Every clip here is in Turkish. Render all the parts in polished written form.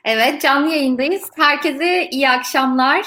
Evet, canlı yayındayız. Herkese iyi akşamlar.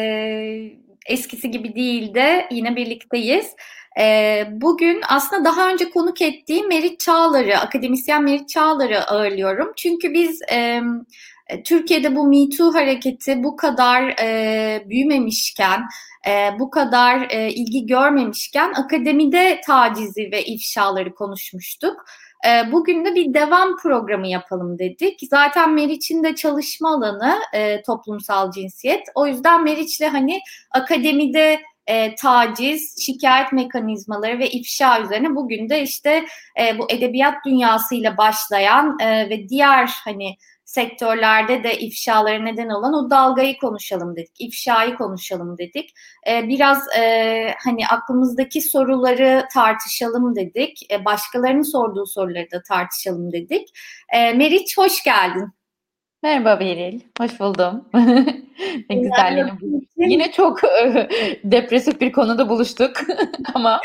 Eskisi gibi değil de yine birlikteyiz. Bugün aslında daha önce konuk ettiğim Meriç Çağlar'ı, akademisyen Meriç Çağlar'ı ağırlıyorum. Çünkü biz Türkiye'de bu Me Too hareketi bu kadar büyümemişken, bu kadar ilgi görmemişken akademide tacizi ve ifşaları konuşmuştuk. Bugün de bir devam programı yapalım dedik. Zaten Meriç'in de çalışma alanı toplumsal cinsiyet. O yüzden Meriç'le hani akademide taciz, şikayet mekanizmaları ve ifşa üzerine bugün de işte bu edebiyat dünyasıyla başlayan ve diğer hani sektörlerde de ifşalara neden olan o dalgayı konuşalım dedik. İfşayı konuşalım dedik. Biraz hani aklımızdaki soruları tartışalım dedik. Başkalarının sorduğu soruları da tartışalım dedik. Meriç hoş geldin. Merhaba Beril, hoş buldum. Ne güzel yine Anlattığın için. yine çok depresif bir konuda buluştuk ama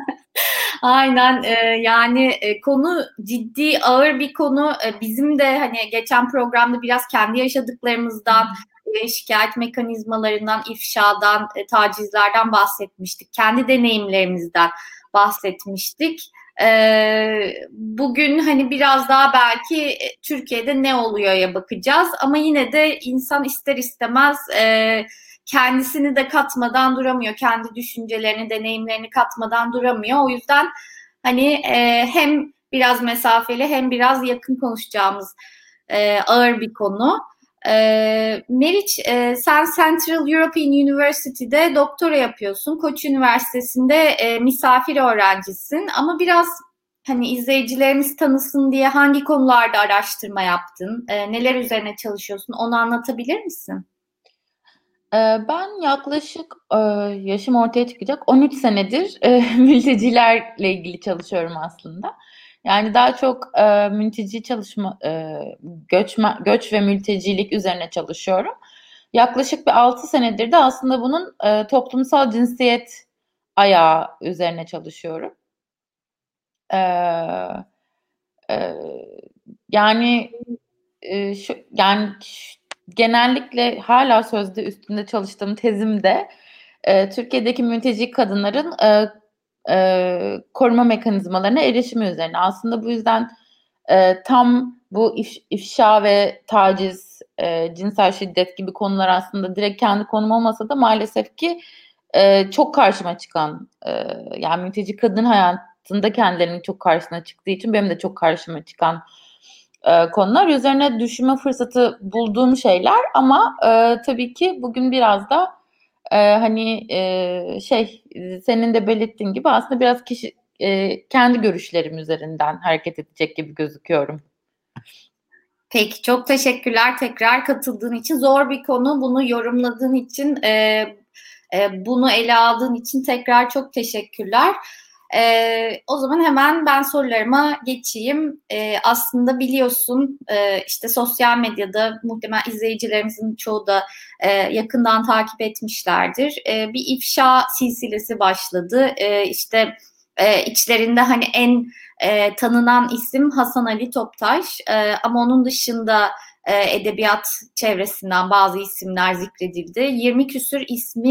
Aynen yani konu ciddi ağır bir konu. Bizim de hani geçen programda biraz kendi yaşadıklarımızdan, şikayet mekanizmalarından, ifşadan, tacizlerden bahsetmiştik. Kendi deneyimlerimizden bahsetmiştik. Bugün hani biraz daha belki Türkiye'de ne oluyor ya bakacağız ama yine de insan ister istemez kendisini de katmadan duramıyor. Kendi düşüncelerini, deneyimlerini katmadan duramıyor. O yüzden hani hem biraz mesafeli hem biraz yakın konuşacağımız ağır bir konu. Meriç, sen Central European University'de doktora yapıyorsun. Koç Üniversitesi'nde misafir öğrencisin. Ama biraz hani izleyicilerimiz tanısın diye hangi konularda araştırma yaptın? Neler üzerine çalışıyorsun? Onu anlatabilir misin? ben yaklaşık yaşım ortaya çıkacak 13 senedir mültecilerle ilgili çalışıyorum aslında. Yani daha çok mülteci çalışma, göç ve mültecilik üzerine çalışıyorum. Yaklaşık bir 6 senedir de aslında bunun toplumsal cinsiyet ayağı üzerine çalışıyorum. E, e, yani genellikle hala sözde üstünde çalıştığım tezimde Türkiye'deki mülteci kadınların koruma mekanizmalarına erişimi üzerine. Aslında bu yüzden tam bu ifşa ve taciz, cinsel şiddet gibi konular aslında direkt kendi konum olmasa da maalesef ki çok karşıma çıkan, yani mülteci kadın hayatında kendilerinin çok karşısına çıktığı için benim de çok karşıma çıkan konular. Üzerine düşünme fırsatı bulduğum şeyler ama tabii ki bugün biraz da hani senin de belirttiğin gibi aslında biraz kendi görüşlerim üzerinden hareket edecek gibi gözüküyorum. Peki, çok teşekkürler tekrar katıldığın için. Zor bir konu, bunu yorumladığın için, bunu ele aldığın için tekrar çok teşekkürler. O zaman hemen ben sorularıma geçeyim. Aslında biliyorsun, işte sosyal medyada muhtemelen izleyicilerimizin çoğu da yakından takip etmişlerdir. Bir ifşa silsilesi başladı. İşte içlerinde hani en tanınan isim Hasan Ali Toptaş, ama onun dışında edebiyat çevresinden bazı isimler zikredildi. 20 küsür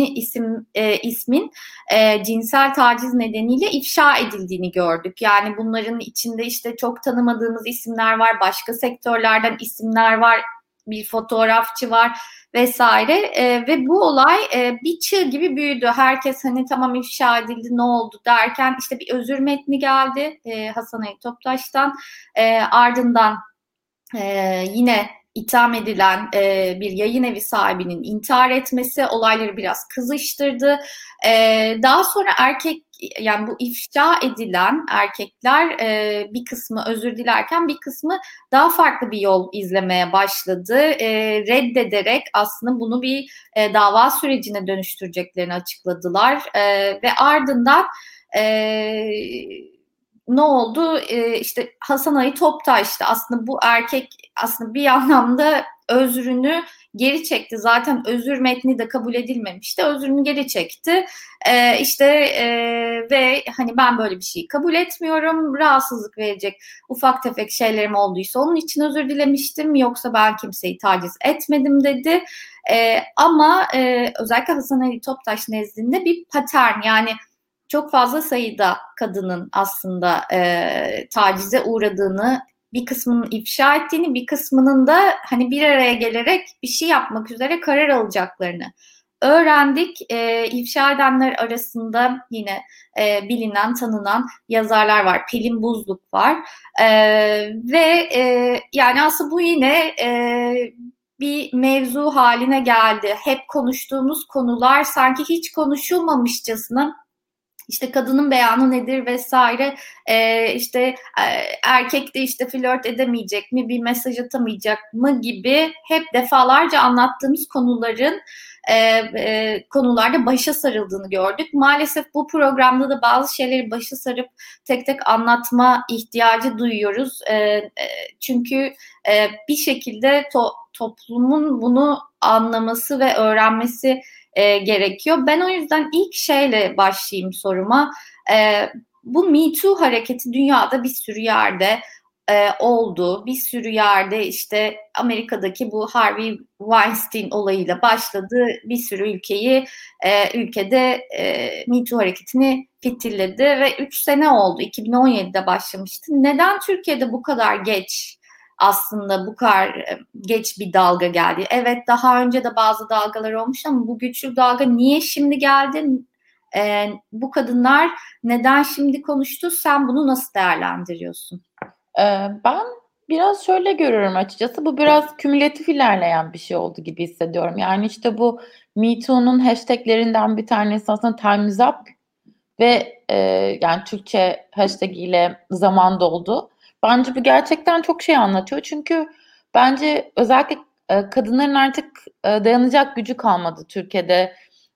ismin cinsel taciz nedeniyle ifşa edildiğini gördük. Yani bunların içinde işte çok tanımadığımız isimler var, başka sektörlerden isimler var, bir fotoğrafçı var vesaire, ve bu olay bir çığ gibi büyüdü. Herkes hani tamam ifşa edildi ne oldu derken işte bir özür metni geldi Hasan Ali Toptaş'tan. Ardından yine itham edilen bir yayın evi sahibinin intihar etmesi olayları biraz kızıştırdı. Daha sonra yani bu ifşa edilen erkekler bir kısmı özür dilerken bir kısmı daha farklı bir yol izlemeye başladı. Reddederek aslında bunu bir dava sürecine dönüştüreceklerini açıkladılar. Ve ardından e, ne oldu? İşte Hasan Ali Toptaş da aslında bu erkek aslında bir anlamda özrünü geri çekti. Zaten özür metni de kabul edilmemişti. Özrünü geri çekti. Ve hani ben böyle bir şeyi kabul etmiyorum. Rahatsızlık verecek ufak tefek şeylerim olduysa onun için özür dilemiştim. Yoksa ben kimseyi taciz etmedim dedi. Ama özellikle Hasan Ali Toptaş nezdinde bir patern, yani çok fazla sayıda kadının aslında tacize uğradığını, bir kısmının ifşa ettiğini, bir kısmının da hani bir araya gelerek bir şey yapmak üzere karar alacaklarını öğrendik. İfşa edenler arasında yine bilinen, tanınan yazarlar var. Pelin Buzluk var. Yani aslında bu yine bir mevzu haline geldi. Hep konuştuğumuz konular sanki hiç konuşulmamışçasına, İşte kadının beyanı nedir vesaire, erkek de işte flört edemeyecek mi, bir mesaj atamayacak mı gibi hep defalarca anlattığımız konularda başa sarıldığını gördük. Maalesef bu programda da bazı şeyleri başa sarıp tek tek anlatma ihtiyacı duyuyoruz. Çünkü bir şekilde toplumun bunu anlaması ve öğrenmesi gerekiyor. Ben o yüzden ilk şeyle başlayayım soruma. Bu Me Too hareketi dünyada bir sürü yerde oldu. Bir sürü yerde işte Amerika'daki bu Harvey Weinstein olayıyla başladı. Bir sürü ülkede Me Too hareketini fitilledi ve 3 sene oldu. 2017'de başlamıştı. Neden Türkiye'de bu kadar geç, aslında bu kadar geç bir dalga geldi? Evet, daha önce de bazı dalgalar olmuş ama bu güçlü dalga niye şimdi geldi? Bu kadınlar neden şimdi konuştu? Sen bunu nasıl değerlendiriyorsun? Ben biraz şöyle görüyorum açıkçası. Bu biraz kümülatif ilerleyen bir şey oldu gibi hissediyorum. Yani işte bu Me Too'nun hashtaglerinden bir tanesi aslında Time's Up ve yani Türkçe hashtag ile zaman doldu. Bence bu gerçekten çok şey anlatıyor. Çünkü bence özellikle kadınların artık dayanacak gücü kalmadı Türkiye'de.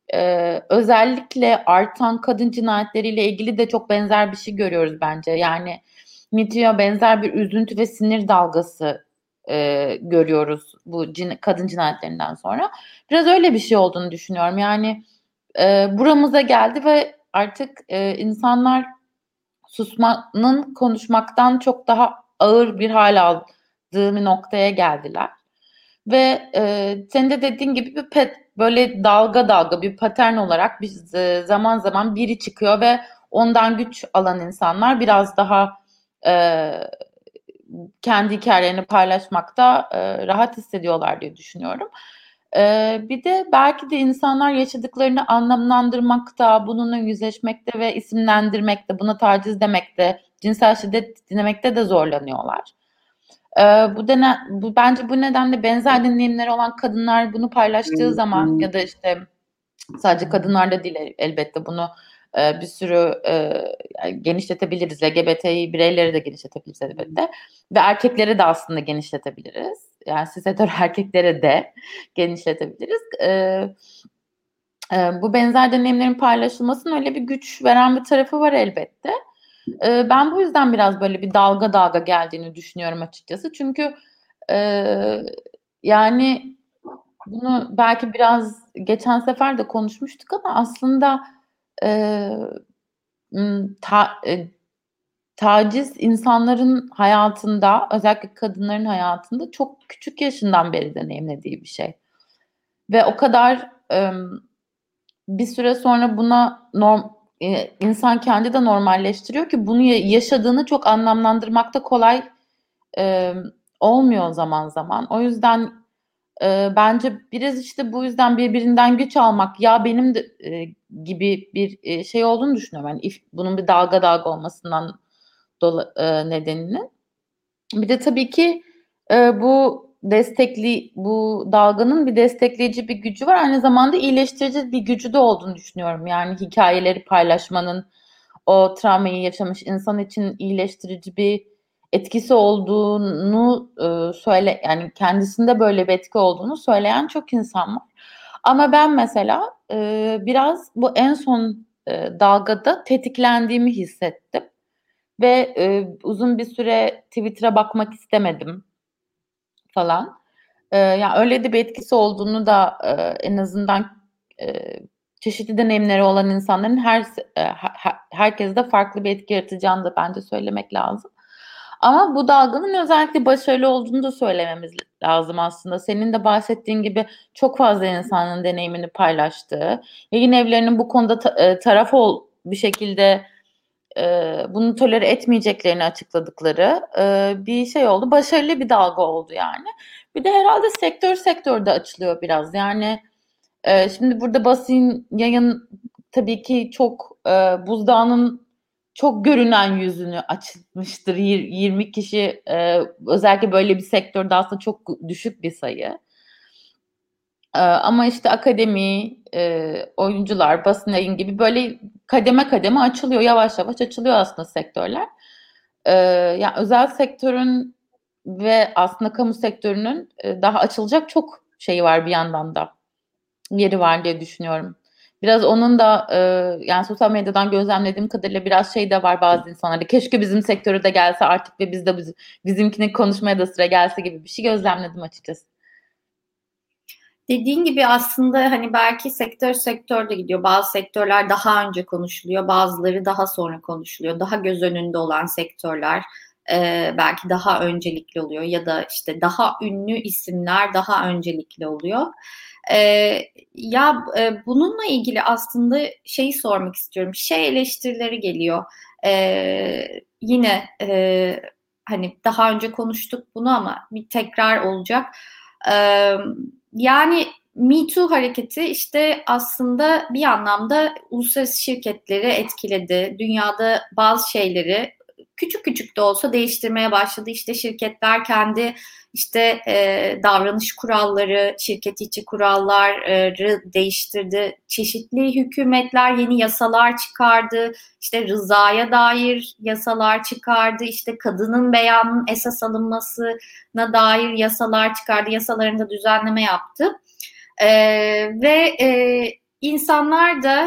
Özellikle artan kadın cinayetleriyle ilgili de çok benzer bir şey görüyoruz bence. Yani Me Too'ya benzer bir üzüntü ve sinir dalgası görüyoruz bu kadın cinayetlerinden sonra. Biraz öyle bir şey olduğunu düşünüyorum. Yani buramıza geldi ve artık insanlar susmanın konuşmaktan çok daha ağır bir hal aldığı bir noktaya geldiler. Ve senin de dediğin gibi böyle dalga dalga bir patern olarak zaman zaman biri çıkıyor ve ondan güç alan insanlar biraz daha e, kendi hikayelerini paylaşmakta rahat hissediyorlar diye düşünüyorum. Bir de belki de insanlar yaşadıklarını anlamlandırmakta, bununla yüzleşmekte ve isimlendirmekte, buna taciz demekte, cinsel şiddet demekte de zorlanıyorlar. Bence bu nedenle benzer deneyimleri olan kadınlar bunu paylaştığı zaman ya da işte sadece kadınlarda değil elbette bunu bir sürü genişletebiliriz. LGBTİ bireyleri de genişletebiliriz elbette. Ve erkekleri de aslında genişletebiliriz. Yani cis hetero erkekleri de genişletebiliriz. Bu benzer deneyimlerin paylaşılmasının öyle bir güç veren bir tarafı var elbette. Ben bu yüzden biraz böyle bir dalga dalga geldiğini düşünüyorum açıkçası. Çünkü yani bunu belki biraz geçen sefer de konuşmuştuk ama aslında e, taciz insanların hayatında, özellikle kadınların hayatında çok küçük yaşından beri deneyimlediği bir şey. Ve o kadar bir süre sonra buna insan kendi de normalleştiriyor ki bunu yaşadığını çok anlamlandırmakta kolay olmuyor zaman zaman. O yüzden bence biraz işte bu yüzden birbirinden güç almak ya benim de gibi bir şey olduğunu düşünüyorum. Yani bunun bir dalga dalga olmasından nedenini. Bir de tabii ki bu dalganın bir destekleyici bir gücü var. Aynı zamanda iyileştirici bir gücü de olduğunu düşünüyorum. Yani hikayeleri paylaşmanın o travmayı yaşamış insan için iyileştirici bir etkisi olduğunu yani kendisinde böyle bir etki olduğunu söyleyen çok insan var. Ama ben mesela biraz bu en son dalgada tetiklendiğimi hissettim. ve uzun bir süre Twitter'a bakmak istemedim falan. Yani öyle de bir etkisi olduğunu da en azından çeşitli deneyimleri olan insanların herkes de farklı bir etki yaratacağını da bence söylemek lazım. Ama bu dalganın özellikle başarılı olduğunu da söylememiz lazım aslında. Senin de bahsettiğin gibi çok fazla insanın deneyimini paylaştığı, yayın evlerinin bu konuda taraf bir şekilde bunu tolere etmeyeceklerini açıkladıkları bir şey oldu. Başarılı bir dalga oldu yani. Bir de herhalde sektör de açılıyor biraz. Yani şimdi burada basın yayın tabii ki çok buzdağının çok görünen yüzünü açmıştır. 20 kişi özellikle böyle bir sektörde aslında çok düşük bir sayı. Ama işte akademi, oyuncular, basın yayın gibi böyle kademe kademe açılıyor. Yavaş yavaş açılıyor aslında sektörler. Yani özel sektörün ve aslında kamu sektörünün daha açılacak çok şeyi var bir yandan da. Yeri var diye düşünüyorum. Biraz onun da yani sosyal medyadan gözlemlediğim kadarıyla biraz şey de var bazı insanlarda. Keşke bizim sektöre de gelse artık ve biz de bizimkini konuşmaya da sıra gelse gibi bir şey gözlemledim açıkçası. Dediğin gibi aslında hani belki sektörde gidiyor. Bazı sektörler daha önce konuşuluyor, bazıları daha sonra konuşuluyor. Daha göz önünde olan sektörler belki daha öncelikli oluyor ya da işte daha ünlü isimler daha öncelikli oluyor. E, bununla ilgili aslında şeyi sormak istiyorum. Şey eleştirileri geliyor. Yine hani daha önce konuştuk bunu ama bir tekrar olacak. Yani Me Too hareketi işte aslında bir anlamda uluslararası şirketleri etkiledi. Dünyada bazı şeyleri küçük küçük de olsa değiştirmeye başladı. İşte şirketler kendi işte davranış kuralları, şirket içi kuralları değiştirdi. Çeşitli hükümetler yeni yasalar çıkardı. İşte rızaya dair yasalar çıkardı. İşte kadının beyanının esas alınmasına dair yasalar çıkardı. Yasalarında düzenleme yaptı. Ve insanlar da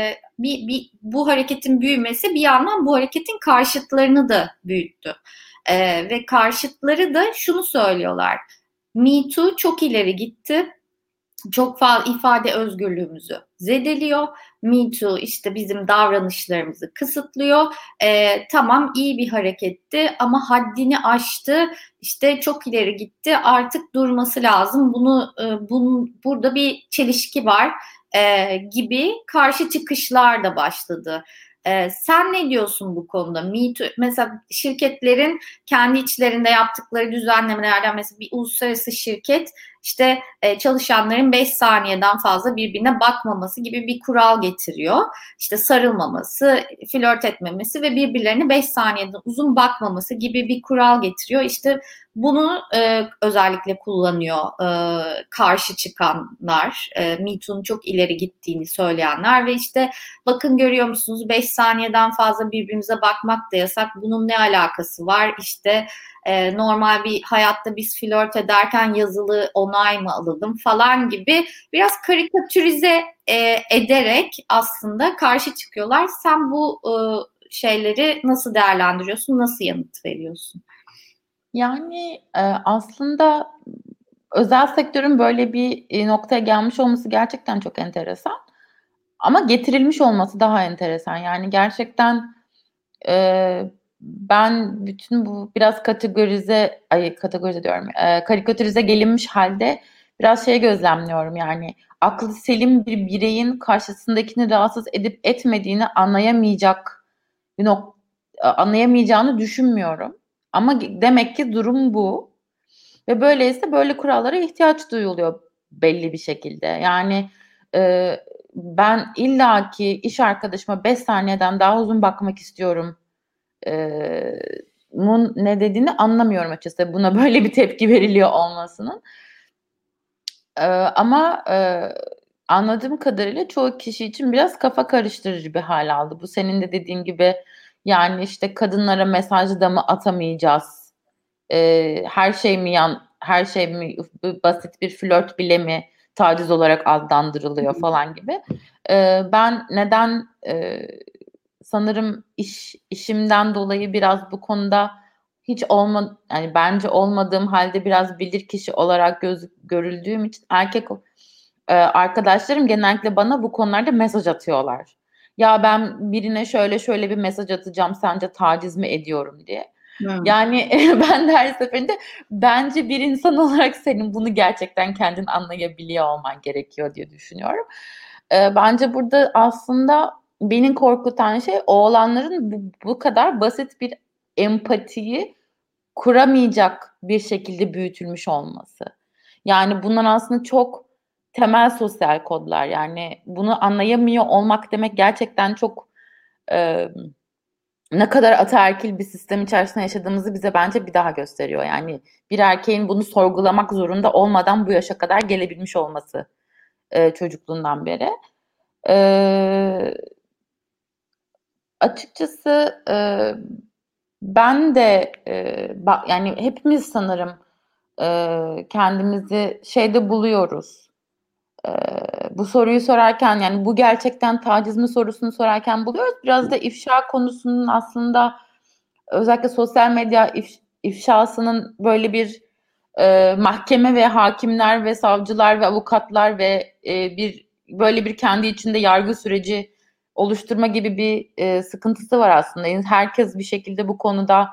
bu hareketin büyümesi bir yandan bu hareketin karşıtlarını da büyüttü. Ve karşıtları da şunu söylüyorlar. Me Too çok ileri gitti. Çok fazla ifade özgürlüğümüzü zedeliyor. Me Too işte bizim davranışlarımızı kısıtlıyor. Tamam iyi bir hareketti ama haddini aştı. İşte çok ileri gitti. Artık durması lazım. Burada bir çelişki var gibi karşı çıkışlar da başladı. Sen ne diyorsun bu konuda? Me Too, mesela şirketlerin kendi içlerinde yaptıkları düzenlemelerden mesela bir uluslararası şirket işte çalışanların 5 saniyeden fazla birbirine bakmaması gibi bir kural getiriyor. İşte sarılmaması, flört etmemesi ve birbirlerine 5 saniyeden uzun bakmaması gibi bir kural getiriyor. İşte bunu özellikle kullanıyor karşı çıkanlar, Me Too'nun çok ileri gittiğini söyleyenler ve işte bakın görüyor musunuz 5 saniyeden fazla birbirimize bakmak da yasak. Bunun ne alakası var? İşte normal bir hayatta biz flört ederken yazılı onay mı alalım falan gibi biraz karikatürize ederek aslında karşı çıkıyorlar. Sen bu şeyleri nasıl değerlendiriyorsun? Nasıl yanıt veriyorsun? Yani aslında özel sektörün böyle bir noktaya gelmiş olması gerçekten çok enteresan. Ama getirilmiş olması daha enteresan. Yani gerçekten ben bütün bu biraz kategorize diyorum. Karikatürize gelinmiş halde biraz şey gözlemliyorum yani aklı selim bir bireyin karşısındakini rahatsız edip etmediğini anlayamayacağını düşünmüyorum. Ama demek ki durum bu. Ve böyleyse böyle kurallara ihtiyaç duyuluyor belli bir şekilde. Yani e, ben illaki iş arkadaşıma 5 saniyeden daha uzun bakmak istiyorum mun ne dediğini anlamıyorum açıkçası. Buna böyle bir tepki veriliyor olmasının. Ama anladığım kadarıyla çoğu kişi için biraz kafa karıştırıcı bir hal aldı. Bu senin de dediğin gibi yani işte kadınlara mesaj da mı atamayacağız? Her şey mi basit bir flört bile mi taciz olarak adlandırılıyor falan gibi. Ben neden sanırım işimden dolayı biraz bu konuda hiç yani bence olmadığım halde biraz bilirkişi olarak görüldüğüm için arkadaşlarım genellikle bana bu konularda mesaj atıyorlar. Ya ben birine şöyle şöyle bir mesaj atacağım, sence taciz mi ediyorum diye. Yani ben de her seferinde bence bir insan olarak senin bunu gerçekten kendin anlayabiliyor olman gerekiyor diye düşünüyorum. Bence burada aslında beni korkutan şey oğlanların bu kadar basit bir empatiyi kuramayacak bir şekilde büyütülmüş olması. Yani bunlar aslında çok temel sosyal kodlar. Yani bunu anlayamıyor olmak demek gerçekten çok ne kadar ataerkil bir sistem içerisinde yaşadığımızı bize bence bir daha gösteriyor. Yani bir erkeğin bunu sorgulamak zorunda olmadan bu yaşa kadar gelebilmiş olması çocukluğundan beri. Açıkçası ben de yani hepimiz sanırım kendimizi şeyde buluyoruz. Bu soruyu sorarken, yani bu gerçekten taciz mi sorusunu sorarken buluyoruz. Biraz da ifşa konusunun aslında özellikle sosyal medya ifşasının böyle bir mahkeme ve hakimler ve savcılar ve avukatlar ve böyle bir kendi içinde yargı süreci oluşturma gibi bir sıkıntısı var aslında. Yani herkes bir şekilde bu konuda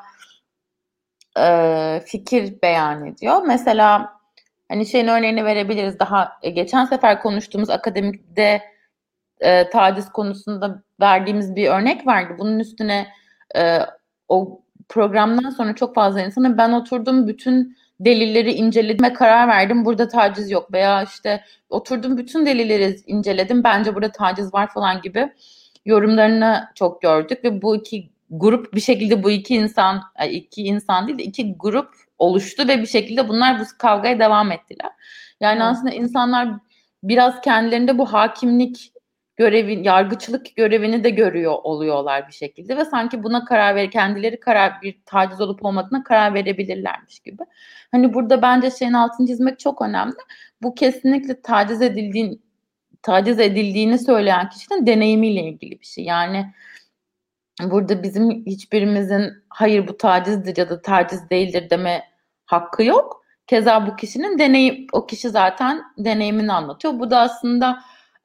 fikir beyan ediyor. Mesela hani şeyin örneğini verebiliriz. Daha geçen sefer konuştuğumuz akademikte taciz konusunda verdiğimiz bir örnek vardı. Bunun üstüne o programdan sonra çok fazla insanın ben oturdum bütün delilleri inceledim ve karar verdim burada taciz yok, veya işte oturdum bütün delilleri inceledim bence burada taciz var falan gibi yorumlarını çok gördük ve bu iki grup bir şekilde bu iki insan değil de iki grup oluştu ve bir şekilde bunlar bu kavgaya devam ettiler. Yani aslında insanlar biraz kendilerinde bu hakimlik yargıçlık görevini de görüyor oluyorlar bir şekilde ve sanki buna kendileri bir taciz olup olmadığına karar verebilirlermiş gibi. Hani burada bence şeyin altını çizmek çok önemli. Bu kesinlikle taciz edildiğini söyleyen kişinin deneyimiyle ilgili bir şey. Yani burada bizim hiçbirimizin hayır bu tacizdir ya da taciz değildir deme hakkı yok. Keza bu kişinin o kişi zaten deneyimini anlatıyor. Bu da aslında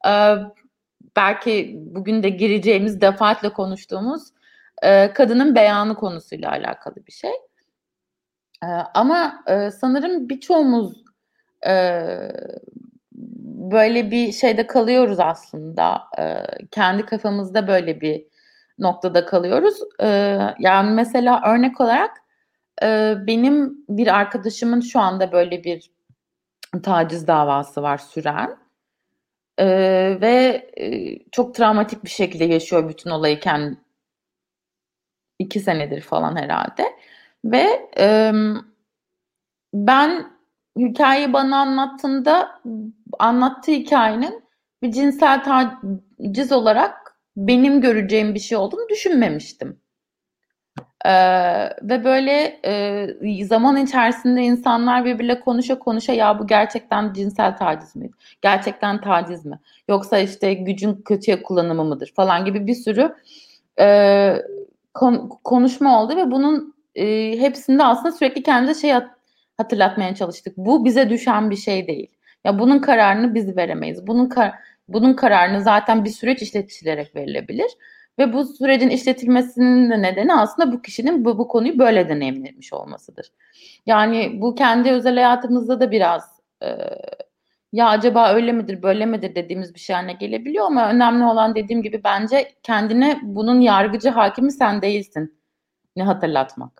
belki bugün de gireceğimiz, defaatle konuştuğumuz kadının beyanı konusuyla alakalı bir şey. Ama sanırım birçoğumuz böyle bir şeyde kalıyoruz aslında. Kendi kafamızda böyle bir noktada kalıyoruz. Yani mesela örnek olarak benim bir arkadaşımın şu anda böyle bir taciz davası var süren. Ve çok travmatik bir şekilde yaşıyor bütün olayı 2 senedir falan herhalde. Ve ben hikayeyi bana anlattığında anlattığı hikayenin bir cinsel taciz olarak benim göreceğim bir şey olduğunu düşünmemiştim. Ve böyle zaman içerisinde insanlar birbirle konuşa ya bu gerçekten cinsel taciz mi? Gerçekten taciz mi? Yoksa işte gücün kötüye kullanımı mıdır falan gibi bir sürü konuşma oldu ve bunun hepsinde aslında sürekli kendimize hatırlatmaya çalıştık. Bu bize düşen bir şey değil. Ya bunun kararını biz veremeyiz. Bunun kararını zaten bir süreç işletilerek verilebilir. Ve bu sürecin işletilmesinin de nedeni aslında bu kişinin bu konuyu böyle deneyimlemiş olmasıdır. Yani bu kendi özel hayatımızda da biraz ya acaba öyle midir böyle midir dediğimiz bir şey haline gelebiliyor ama önemli olan dediğim gibi bence kendine bunun yargıcı hakimi sen değilsin ne hatırlatmak.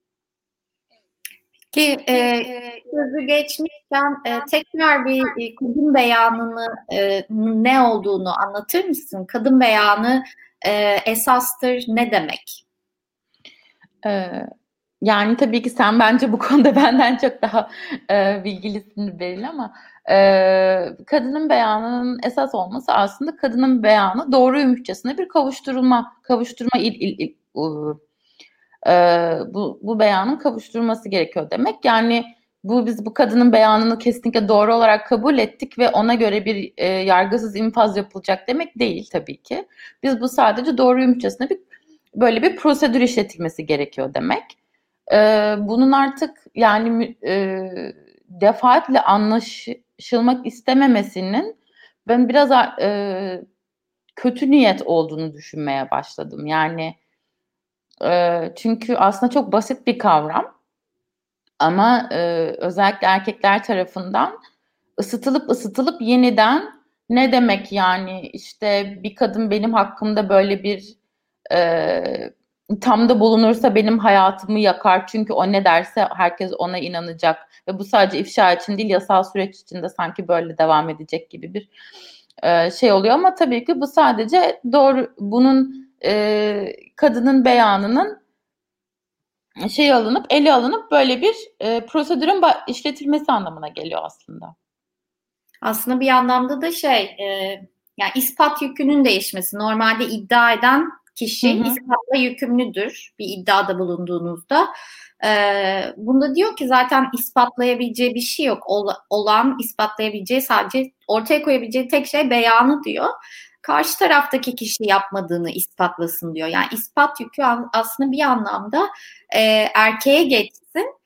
Ki sözü geçmişken tekrar bir kadın beyanını ne olduğunu anlatır mısın? Kadın beyanı esastır ne demek? Yani tabii ki sen bence bu konuda benden çok daha bilgilisin Beril ama kadının beyanının esas olması aslında kadının beyanı doğruyumuşçasına bir kavuşturma bu beyanın kavuşturulması gerekiyor demek. Yani biz bu kadının beyanını kesinlikle doğru olarak kabul ettik ve ona göre bir yargısız infaz yapılacak demek değil tabii ki. Biz bu sadece doğruyumcasına böyle bir prosedür işletilmesi gerekiyor demek. Bunun artık yani defaatle anlaşılmak istememesinin ben biraz kötü niyet olduğunu düşünmeye başladım. Yani çünkü aslında çok basit bir kavram ama özellikle erkekler tarafından ısıtılıp yeniden ne demek yani işte bir kadın benim hakkımda böyle bir ithamda bulunursa benim hayatımı yakar çünkü o ne derse herkes ona inanacak ve bu sadece ifşa için değil yasal süreç içinde sanki böyle devam edecek gibi bir şey oluyor ama tabii ki bu sadece bunun kadının beyanının ele alınıp böyle bir prosedürün işletilmesi anlamına geliyor aslında. Aslında bir anlamda da yani ispat yükünün değişmesi. Normalde iddia eden kişi ispatla yükümlüdür bir iddiada bulunduğunuzda. Bunda diyor ki zaten ispatlayabileceği bir şey yok. Olan ispatlayabileceği sadece ortaya koyabileceği tek şey beyanı diyor. Karşı taraftaki kişi yapmadığını ispatlasın diyor. Yani ispat yükü aslında bir anlamda erkeğe geçsin.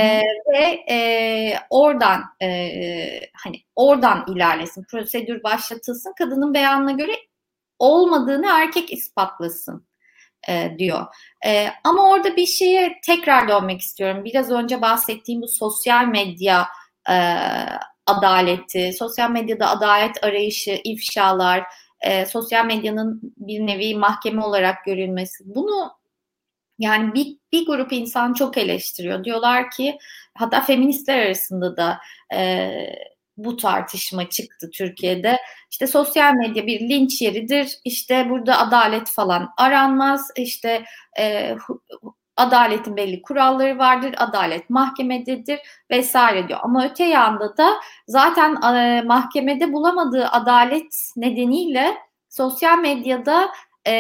Ve oradan hani oradan ilerlesin, prosedür başlatılsın. Kadının beyanına göre olmadığını erkek ispatlasın diyor. Ama orada bir şeye tekrar dönmek istiyorum. Biraz önce bahsettiğim bu sosyal medya adaleti, sosyal medyada adalet arayışı, ifşalar, sosyal medyanın bir nevi mahkeme olarak görülmesi. Bunu yani bir grup insan çok eleştiriyor. Diyorlar ki hatta feministler arasında da bu tartışma çıktı Türkiye'de. İşte sosyal medya bir linç yeridir. İşte burada adalet falan aranmaz. İşte adaletin belli kuralları vardır. Adalet mahkemededir vesaire diyor. Ama öte yanda da zaten mahkemede bulamadığı adalet nedeniyle sosyal medyada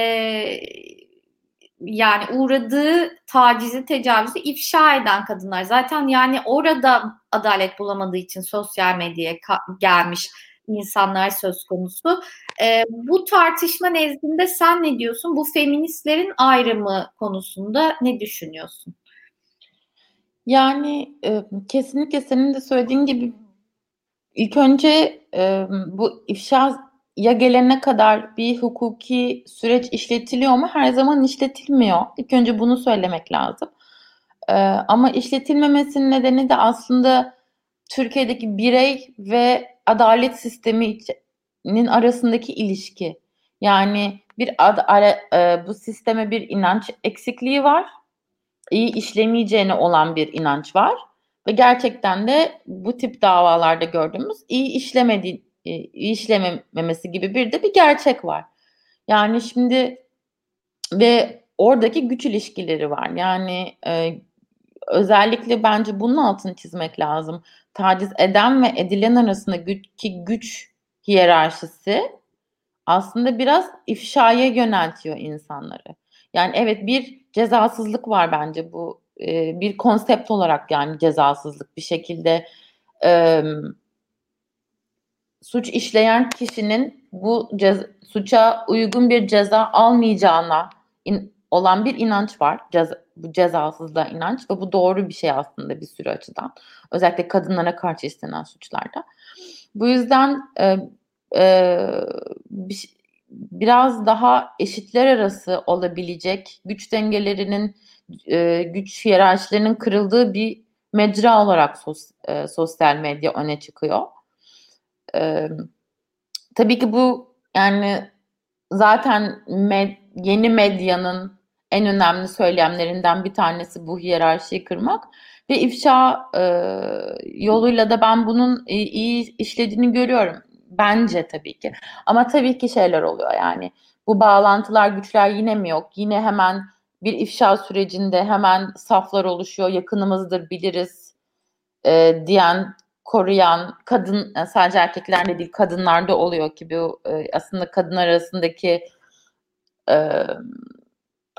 yani uğradığı tacizi, tecavüzü ifşa eden kadınlar. Zaten yani orada adalet bulamadığı için sosyal medyaya gelmiş insanlar söz konusu. Bu tartışma nezdinde sen ne diyorsun? Bu feministlerin ayrımı konusunda ne düşünüyorsun? Yani kesinlikle senin de söylediğin gibi ilk önce bu ifşaya gelene kadar bir hukuki süreç işletiliyor mu? Her zaman işletilmiyor. İlk önce bunu söylemek lazım. Ama işletilmemesinin nedeni de aslında Türkiye'deki birey ve adalet sisteminin arasındaki ilişki. Yani bu sisteme bir inanç eksikliği var. İyi işlemeyeceğine olan bir inanç var. Ve gerçekten de bu tip davalarda gördüğümüz iyi işlememesi gibi bir gerçek var. Yani şimdi ve oradaki güç ilişkileri var. Yani özellikle bence bunun altını çizmek lazım. Taciz eden ve edilen arasındaki güç hiyerarşisi aslında biraz ifşaya yöneltiyor insanları. Yani evet bir cezasızlık var bence bu bir konsept olarak yani cezasızlık bir şekilde suç işleyen kişinin bu suça uygun bir ceza almayacağına olan bir inanç var. Bu cezasızlığa inanç ve bu doğru bir şey aslında bir sürü açıdan. Özellikle kadınlara karşı işlenen suçlarda. Bu yüzden biraz daha eşitler arası olabilecek güç dengelerinin güç hiyerarşilerinin kırıldığı bir mecra olarak sosyal medya öne çıkıyor. Tabii ki bu yani zaten yeni medyanın en önemli söylemlerinden bir tanesi bu hiyerarşiyi kırmak ve ifşa yoluyla da ben bunun iyi işlediğini görüyorum. Bence tabii ki. Ama tabii ki şeyler oluyor yani. Bu bağlantılar, güçler yine mi yok? Yine hemen bir ifşa sürecinde hemen saflar oluşuyor. Yakınımızdır, biliriz diyen, koruyan kadın sadece erkeklerde değil kadınlarda oluyor ki bu aslında kadınlar arasındaki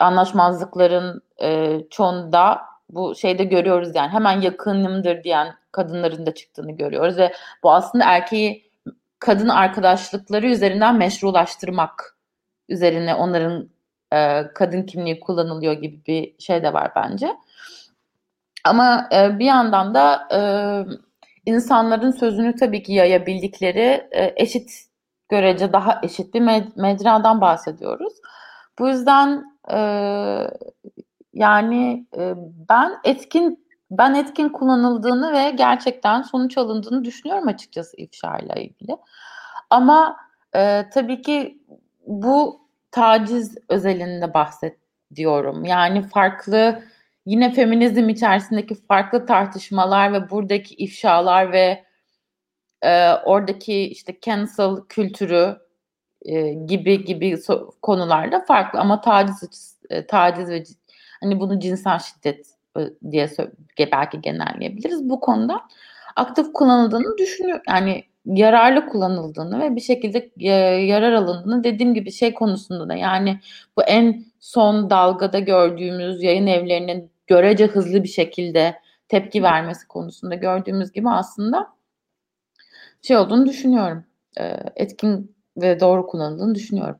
anlaşmazlıkların çoğunda bu şeyde görüyoruz yani hemen yakınımdır diyen kadınların da çıktığını görüyoruz ve bu aslında erkeği kadın arkadaşlıkları üzerinden meşrulaştırmak üzerine onların kadın kimliği kullanılıyor gibi bir şey de var bence. Ama bir yandan da insanların sözünü tabii ki yayabildikleri eşit, görece daha eşit bir mecradan bahsediyoruz. Bu yüzden yani ben etkin kullanıldığını ve gerçekten sonuç alındığını düşünüyorum açıkçası ifşa ile ilgili. Ama tabii ki bu taciz özelinde bahsediyorum. Yani farklı, yine feminizm içerisindeki farklı tartışmalar ve buradaki ifşalar ve oradaki işte cancel kültürü gibi konularda farklı, ama taciz ve hani bunu cinsel şiddet diye belki genelleyebiliriz. Bu konuda aktif kullanıldığını düşünüyorum. Yani yararlı kullanıldığını ve bir şekilde yarar alındığını, dediğim gibi şey konusunda da, yani bu en son dalgada gördüğümüz yayın evlerinin görece hızlı bir şekilde tepki vermesi konusunda gördüğümüz gibi aslında şey olduğunu düşünüyorum. Etkin ve doğru kullanıldığını düşünüyorum.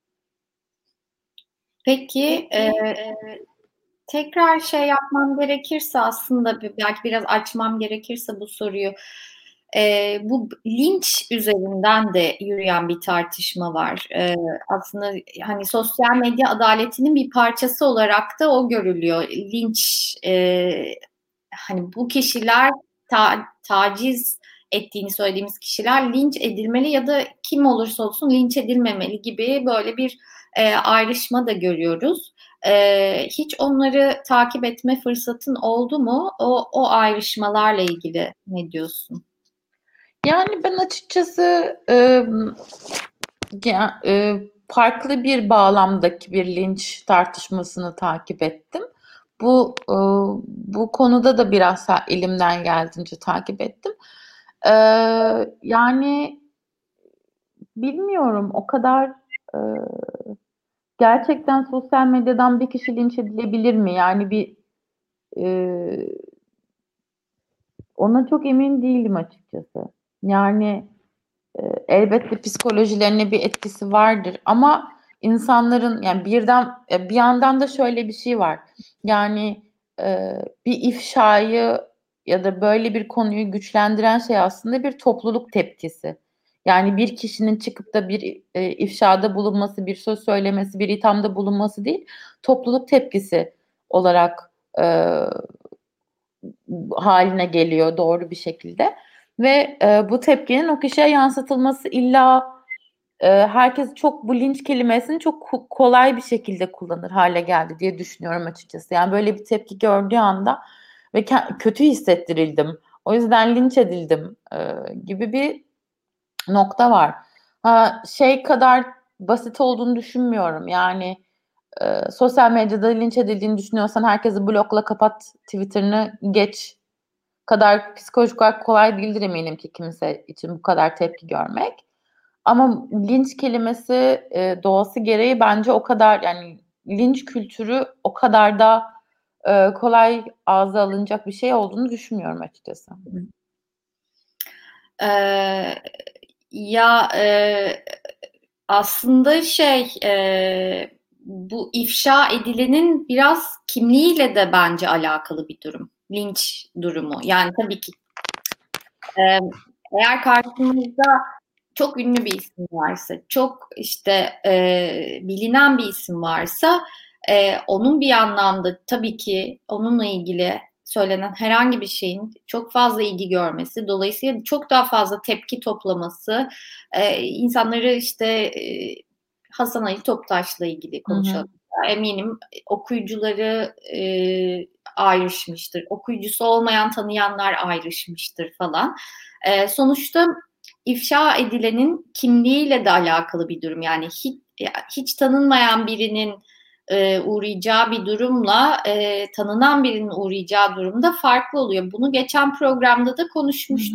Peki tekrar şey yapmam gerekirse, aslında belki biraz açmam gerekirse bu soruyu, bu linç üzerinden de yürüyen bir tartışma var. Aslında hani sosyal medya adaletinin bir parçası olarak da o görülüyor. Linç, hani bu kişiler taciz ettiğini söylediğimiz kişiler linç edilmeli ya da kim olursa olsun linç edilmemeli gibi böyle bir ayrışma da görüyoruz. Hiç onları takip etme fırsatın oldu mu? O ayrışmalarla ilgili ne diyorsun? Yani ben açıkçası farklı bir bağlamdaki bir linç tartışmasını takip ettim. Bu konuda da biraz elimden geldiğince takip ettim. Yani bilmiyorum, o kadar e, gerçekten sosyal medyadan bir kişi linç edilebilir mi? Yani e, ona çok emin değilim açıkçası. Yani elbette psikolojilerine bir etkisi vardır ama insanların, yani bir yandan da şöyle bir şey var. Yani bir ifşayı ya da böyle bir konuyu güçlendiren şey aslında bir topluluk tepkisi. Yani bir kişinin çıkıp da bir ifşada bulunması, bir söz söylemesi, bir ithamda bulunması değil, topluluk tepkisi olarak haline geliyor doğru bir şekilde. Ve bu tepkinin o kişiye yansıtılması, illa herkes çok bu linç kelimesini çok kolay bir şekilde kullanır hale geldi diye düşünüyorum açıkçası. Yani böyle bir tepki gördüğü anda ve kötü hissettirildim, o yüzden linç edildim gibi bir nokta var. Şey kadar basit olduğunu düşünmüyorum. Yani sosyal medyada linç edildiğini düşünüyorsan herkesi blokla, kapat, Twitter'ını geç kadar psikolojik olarak kolay değildir eminim ki kimse için bu kadar tepki görmek. Ama linç kelimesi doğası gereği bence o kadar, yani linç kültürü o kadar da kolay ağza alınacak bir şey olduğunu düşünmüyorum açıkçası. Ee, ya aslında bu ifşa edilenin biraz kimliğiyle de bence alakalı bir durum. Linç durumu. Yani tabii ki e, eğer karşımızda çok ünlü bir isim varsa, çok işte bilinen bir isim varsa, onun bir anlamda tabii ki onunla ilgili söylenen herhangi bir şeyin çok fazla ilgi görmesi, dolayısıyla çok daha fazla tepki toplaması, insanları işte Hasan Ali Toptaş'la ilgili Hı hı. konuşalım. Eminim okuyucuları ayrışmıştır. Okuyucusu olmayan tanıyanlar ayrışmıştır falan. Sonuçta ifşa edilenin kimliğiyle de alakalı bir durum. Yani hiç tanınmayan birinin uğrayacağı bir durumla tanınan birinin uğrayacağı durumda farklı oluyor. Bunu geçen programda da konuşmuştuk.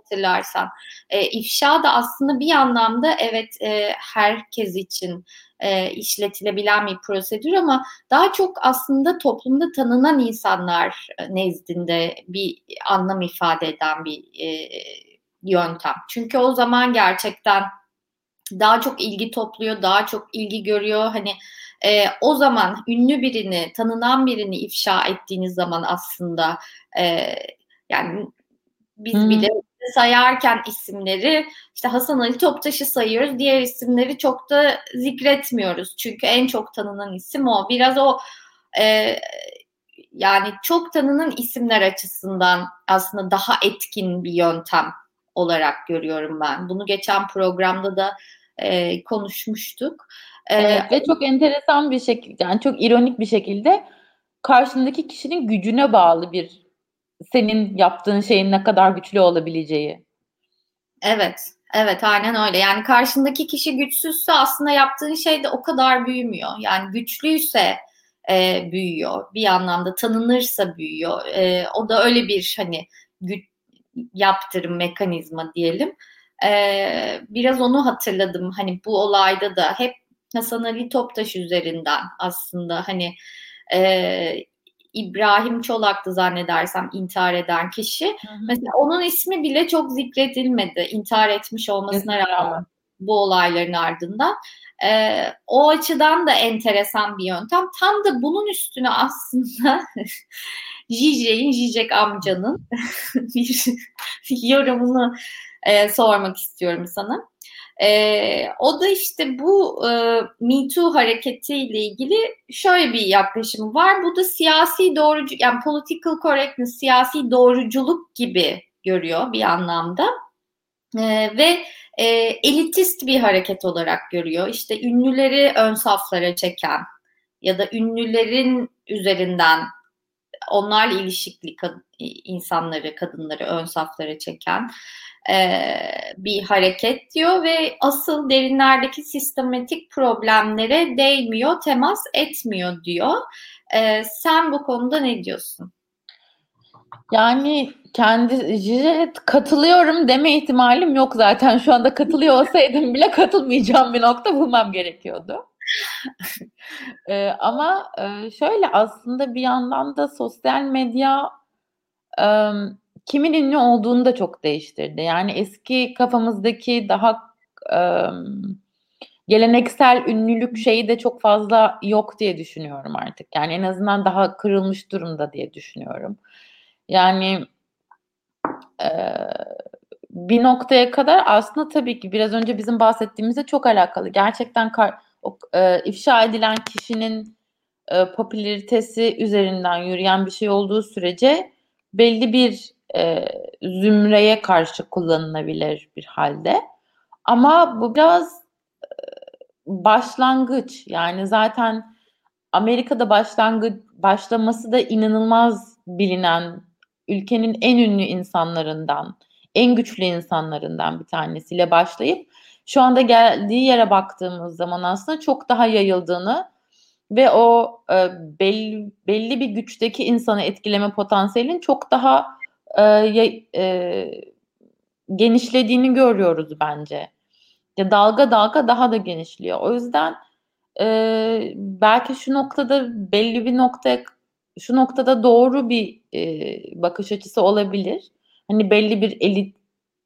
hatırlarsan. İfşa da aslında bir anlamda evet herkes için işletilebilen bir prosedür ama daha çok aslında toplumda tanınan insanlar nezdinde bir anlam ifade eden bir yöntem. Çünkü o zaman gerçekten daha çok ilgi topluyor, daha çok ilgi görüyor. Hani o zaman ünlü birini, tanınan birini ifşa ettiğiniz zaman aslında yani biz bile sayarken isimleri işte Hasan Ali Toptaş'ı sayıyoruz. Diğer isimleri çok da zikretmiyoruz. Çünkü en çok tanınan isim o. Biraz o e, yani çok tanınan isimler açısından aslında daha etkin bir yöntem olarak görüyorum ben. Bunu geçen programda da konuşmuştuk. Evet ve çok enteresan bir şekilde, yani çok ironik bir şekilde karşındaki kişinin gücüne bağlı bir senin yaptığın şeyin ne kadar güçlü olabileceği. Evet, evet aynen öyle. Yani karşındaki kişi güçsüzse aslında yaptığın şey de o kadar büyümüyor. Yani güçlüyse büyüyor. Bir anlamda tanınırsa büyüyor. O da öyle bir hani yaptırım mekanizma diyelim. Biraz onu hatırladım. Hani bu olayda da hep Hasan Ali Toptaş üzerinden aslında hani e, İbrahim Çolak'tı zannedersem intihar eden kişi. Hı hı. Mesela onun ismi bile çok zikredilmedi intihar etmiş olmasına Kesinlikle rağmen rağmen. bu olayların ardından. O açıdan da enteresan bir yöntem. Tam da bunun üstüne aslında Zizek amcanın bir yorumunu sormak istiyorum sana. O da işte bu Me Too hareketiyle ilgili şöyle bir yaklaşımı var. Bu da siyasi doğrucu, yani political correctness, siyasi doğruculuk gibi görüyor bir anlamda. Ve elitist bir hareket olarak görüyor. İşte ünlüleri ön saflara çeken ya da ünlülerin üzerinden onlarla ilişkili insanları, kadınları ön saflara çeken bir hareket diyor ve asıl derinlerdeki sistematik problemlere değmiyor, temas etmiyor diyor. Sen bu konuda ne diyorsun? Yani kendine katılıyorum deme ihtimalim yok zaten. Şu anda katılıyor olsaydım bile katılmayacağım bir nokta bulmam gerekiyordu. Ama şöyle aslında bir yandan da sosyal medya e, kimin ünlü olduğunu da çok değiştirdi. Yani eski kafamızdaki daha e, geleneksel ünlülük şeyi de çok fazla yok diye düşünüyorum artık. Yani en azından daha kırılmış durumda diye düşünüyorum. Yani e, bir noktaya kadar aslında tabii ki biraz önce bizim bahsettiğimizde çok alakalı. Gerçekten ifşa edilen kişinin popülaritesi üzerinden yürüyen bir şey olduğu sürece belli bir zümreye karşı kullanılabilir bir halde. Ama bu biraz başlangıç. Yani zaten Amerika'da başlaması da inanılmaz bilinen, ülkenin en ünlü insanlarından, en güçlü insanlarından bir tanesiyle başlayıp şu anda geldiği yere baktığımız zaman aslında çok daha yayıldığını ve o belli bir güçteki insanı etkileme potansiyelinin çok daha genişlediğini görüyoruz bence. Ya dalga dalga daha da genişliyor. O yüzden belki şu noktada doğru bir bakış açısı olabilir. Hani belli bir elit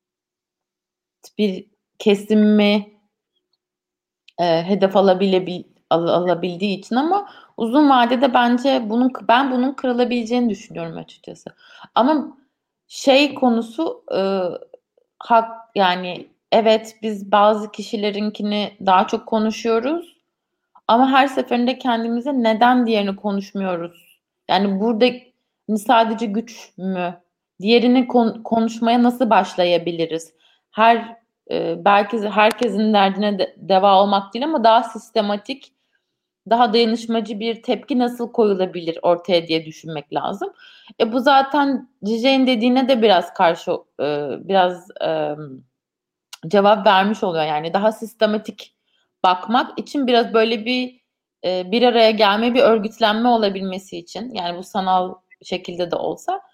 bir kesimi hedef alabildiği için ama uzun vadede bence ben bunun kırılabileceğini düşünüyorum açıkçası. Ama şey konusu hak yani evet biz bazı kişilerinkini daha çok konuşuyoruz ama her seferinde kendimize neden diğerini konuşmuyoruz? Yani burada sadece güç mü? Diğerini konuşmaya nasıl başlayabiliriz? Belki herkesin derdine deva olmak değil ama daha sistematik, daha dayanışmacı bir tepki nasıl koyulabilir ortaya diye düşünmek lazım. Bu zaten Cicek'in dediğine de biraz cevap vermiş oluyor. Yani daha sistematik bakmak için biraz böyle bir araya gelme, bir örgütlenme olabilmesi için yani bu sanal şekilde de olsa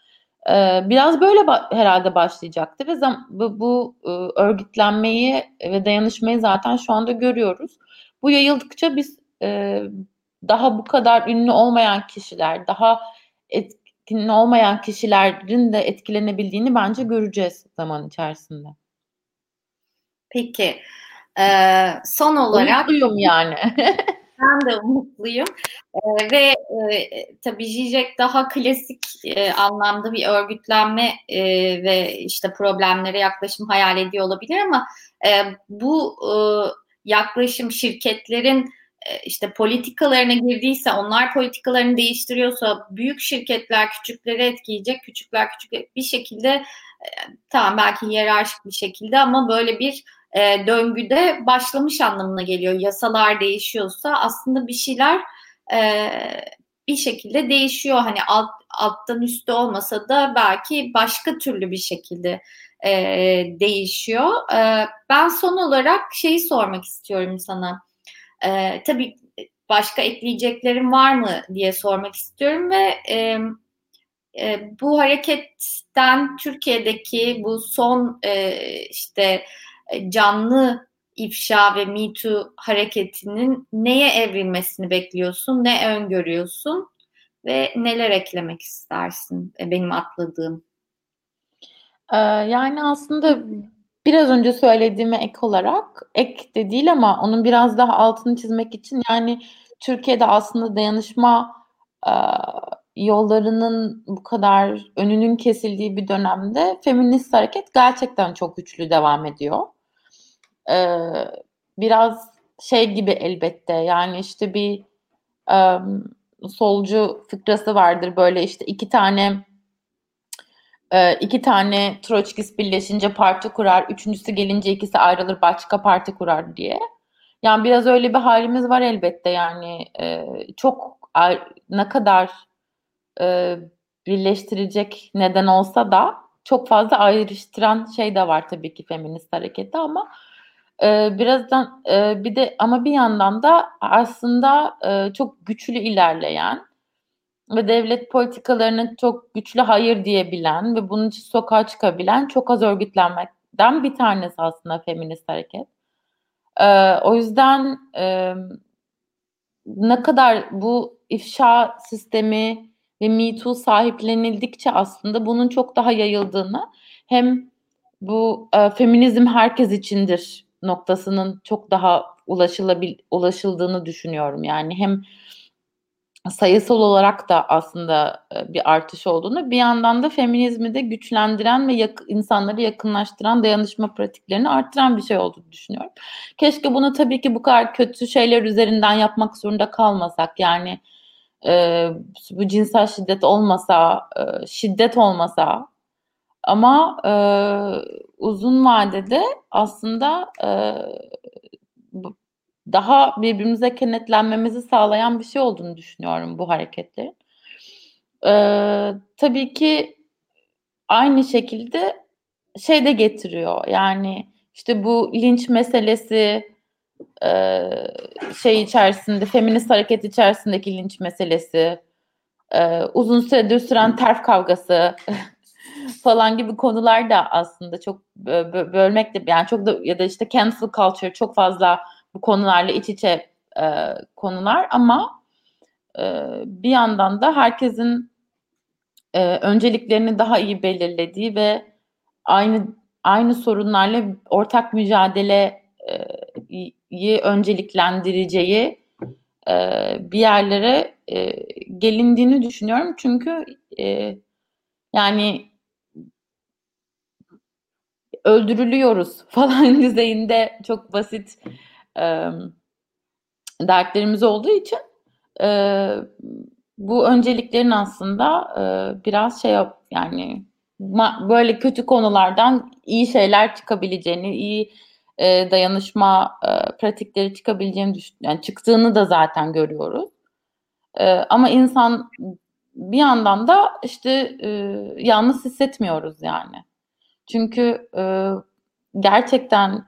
Biraz böyle herhalde başlayacaktı ve bu örgütlenmeyi ve dayanışmayı zaten şu anda görüyoruz. Bu yayıldıkça biz daha bu kadar ünlü olmayan kişiler, daha etkin olmayan kişilerin de etkilenebildiğini bence göreceğiz zaman içerisinde. Peki, son olarak Umutluyum yani. ben de umutluyum. Ve tabii Zizek daha klasik anlamda bir örgütlenme ve işte problemlere yaklaşım hayal ediyor olabilir ama bu yaklaşım şirketlerin işte politikalarına girdiyse, onlar politikalarını değiştiriyorsa büyük şirketler küçükleri etkileyecek, küçükler küçük bir şekilde tamam belki hiyerarşik bir şekilde ama böyle bir döngüde başlamış anlamına geliyor. Yasalar değişiyorsa aslında bir şeyler e, bir şekilde değişiyor. Hani alttan üstte olmasa da belki başka türlü bir şekilde değişiyor. Ben son olarak şeyi sormak istiyorum sana. Tabii başka ekleyeceklerim var mı diye sormak istiyorum ve bu hareketten Türkiye'deki bu son işte canlı ifşa ve Me Too hareketinin neye evrilmesini bekliyorsun, ne öngörüyorsun ve neler eklemek istersin benim atladığım? Yani aslında biraz önce söylediğime ek olarak, ek de değil ama onun biraz daha altını çizmek için yani Türkiye'de aslında dayanışma e, yollarının bu kadar önünün kesildiği bir dönemde feminist hareket gerçekten çok güçlü devam ediyor. E, Biraz şey gibi elbette yani işte bir e, solcu fıkrası vardır böyle işte iki tane Troçkist birleşince parti kurar, üçüncüsü gelince ikisi ayrılır başka parti kurar diye. Yani biraz öyle bir halimiz var elbette yani çok ne kadar e, birleştirecek neden olsa da çok fazla ayrıştıran şey de var tabii ki feminist hareketi ama birazdan bir de ama bir yandan da aslında çok güçlü ilerleyen ve devlet politikalarına çok güçlü hayır diyebilen ve bunun için sokağa çıkabilen çok az örgütlenmekten bir tanesi aslında feminist hareket. O yüzden ne kadar bu ifşa sistemi ve Me Too sahiplenildikçe aslında bunun çok daha yayıldığını hem bu feminizm herkes içindir noktasının çok daha ulaşıldığını düşünüyorum. Yani hem sayısal olarak da aslında bir artış olduğunu, bir yandan da feminizmi de güçlendiren ve insanları yakınlaştıran dayanışma pratiklerini arttıran bir şey olduğunu düşünüyorum. Keşke bunu tabii ki bu kadar kötü şeyler üzerinden yapmak zorunda kalmasak. Yani e, bu cinsel şiddet olmasa, şiddet olmasa ama uzun vadede aslında daha birbirimize kenetlenmemizi sağlayan bir şey olduğunu düşünüyorum bu hareketlerin. Tabii ki aynı şekilde şey de getiriyor. Yani işte bu linç meselesi e, şey içerisinde, feminist hareket içerisindeki linç meselesi, uzun süredir süren terf kavgası falan gibi konular da aslında çok bölmek de yani çok da ya da işte cancel culture çok fazla bu konularla iç içe konular ama bir yandan da herkesin önceliklerini daha iyi belirlediği ve aynı aynı sorunlarla ortak mücadeleyi önceliklendireceği bir yerlere gelindiğini düşünüyorum. Çünkü yani öldürülüyoruz falan düzeyinde çok basit e, dertlerimiz olduğu için e, bu önceliklerin aslında biraz şey yani böyle kötü konulardan iyi şeyler çıkabileceğini, iyi dayanışma pratikleri çıkabileceğini yani çıktığını da zaten görüyoruz. Ama insan bir yandan da işte yalnız hissetmiyoruz yani. Çünkü gerçekten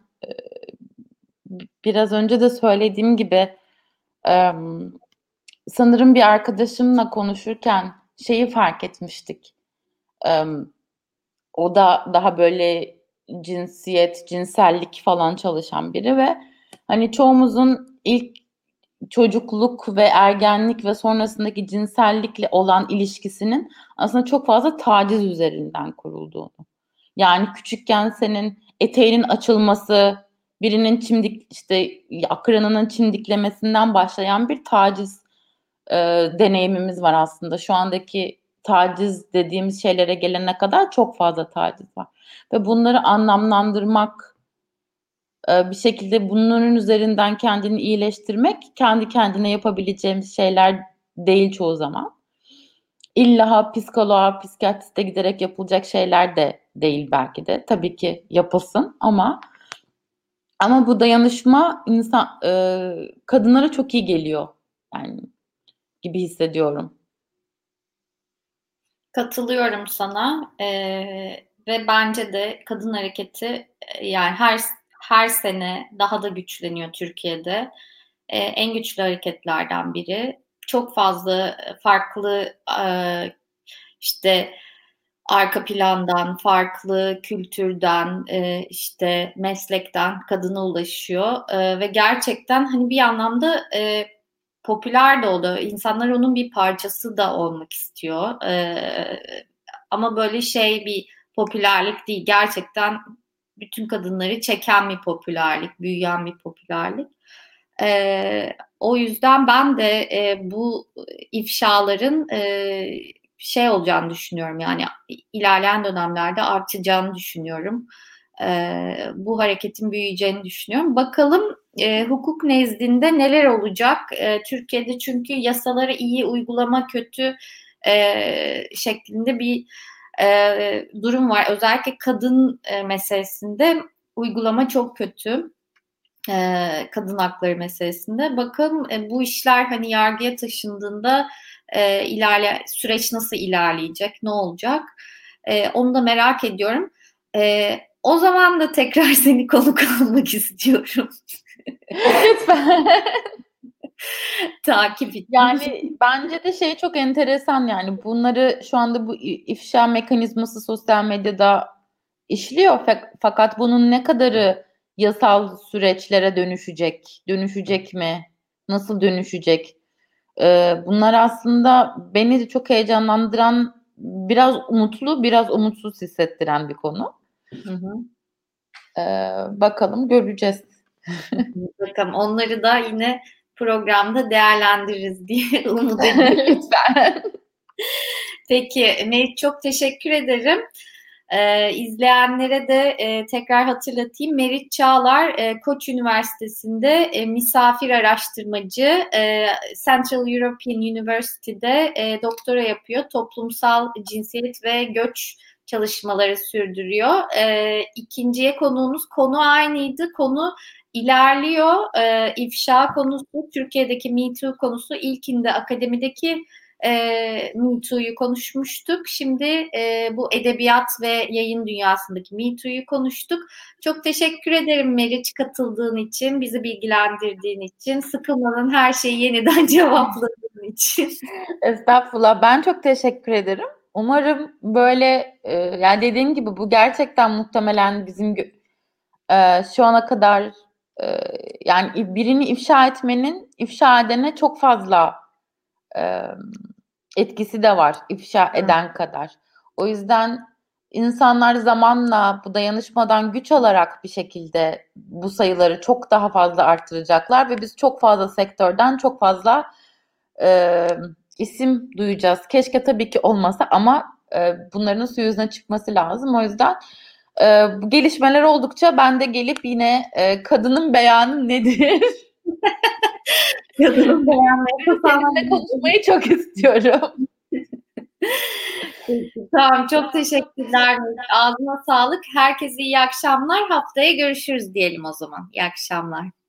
biraz önce de söylediğim gibi e, sanırım bir arkadaşımla konuşurken şeyi fark etmiştik. O da daha böyle cinsiyet, cinsellik falan çalışan biri ve hani çoğumuzun ilk çocukluk ve ergenlik ve sonrasındaki cinsellikle olan ilişkisinin aslında çok fazla taciz üzerinden kurulduğunu. Yani küçükken senin eteğinin açılması, birinin işte akranının çimdiklemesinden başlayan bir taciz deneyimimiz var aslında. Şu andaki taciz dediğimiz şeylere gelene kadar çok fazla taciz var. Ve bunları anlamlandırmak, bir şekilde bunların üzerinden kendini iyileştirmek kendi kendine yapabileceğimiz şeyler değil çoğu zaman. İlla psikoloğa, psikiyatriste giderek yapılacak şeyler de değil belki de. Tabii ki yapılsın ama bu dayanışma kadınlara çok iyi geliyor yani gibi hissediyorum. Katılıyorum sana ve bence de kadın hareketi yani her sene daha da güçleniyor Türkiye'de. En güçlü hareketlerden biri. Çok fazla farklı işte arka plandan, farklı kültürden, işte meslekten kadına ulaşıyor ve gerçekten hani bir anlamda popüler de oldu. İnsanlar onun bir parçası da olmak istiyor. Ama böyle bir popülerlik değil. Gerçekten bütün kadınları çeken bir popülerlik, büyüyen bir popülerlik. O yüzden ben de bu ifşaların olacağını düşünüyorum. Yani ilerleyen dönemlerde artacağını düşünüyorum. Bu hareketin büyüyeceğini düşünüyorum. Bakalım hukuk nezdinde neler olacak? Türkiye'de çünkü yasaları iyi, uygulama kötü şeklinde bir durum var. Özellikle kadın meselesinde uygulama çok kötü. Kadın hakları meselesinde. Bakın bu işler hani yargıya taşındığında süreç nasıl ilerleyecek, ne olacak? Onu da merak ediyorum. O zaman da tekrar seni konuk almak istiyorum. Lütfen. Takip et. Yani bence de çok enteresan yani bunları şu anda bu ifşa mekanizması sosyal medyada işliyor fakat bunun ne kadarı yasal süreçlere dönüşecek mi, nasıl dönüşecek? Bunlar aslında beni de çok heyecanlandıran, biraz umutlu, biraz umutsuz hissettiren bir konu. Hı hı. Bakalım göreceğiz. Bakalım onları da yine programda değerlendiririz diye umut ediyorum. Lütfen. Peki Meriç çok teşekkür ederim. İzleyenlere de tekrar hatırlatayım. Meriç Çağlar Koç Üniversitesi'nde misafir araştırmacı, Central European University'de doktora yapıyor. Toplumsal cinsiyet ve göç çalışmaları sürdürüyor. İkinciye konu aynıydı. Konu ilerliyor. İfşa konusu, Türkiye'deki Me Too konusu, ilkinde akademideki Me Too'yu konuşmuştuk. Şimdi bu edebiyat ve yayın dünyasındaki Me Too'yu konuştuk. Çok teşekkür ederim Meriç katıldığın için, bizi bilgilendirdiğin için, sıkılmadan her şeyi yeniden cevapladığın için. Estağfurullah. Ben çok teşekkür ederim. Umarım böyle yani dediğim gibi bu gerçekten muhtemelen bizim şu ana kadar yani birini ifşa etmenin ifşa edene çok fazla etkisi de var ifşa eden kadar. O yüzden insanlar zamanla bu dayanışmadan güç alarak bir şekilde bu sayıları çok daha fazla arttıracaklar ve biz çok fazla sektörden çok fazla isim duyacağız. Keşke tabii ki olmasa ama bunların su yüzüne çıkması lazım. O yüzden bu gelişmeler oldukça ben de gelip yine kadının beyanı nedir? Kadının beğenmeye Seninle konuşmayı çok istiyorum. Tamam, çok teşekkürler. Ağzına sağlık. Herkese iyi akşamlar. Haftaya görüşürüz diyelim o zaman. İyi akşamlar.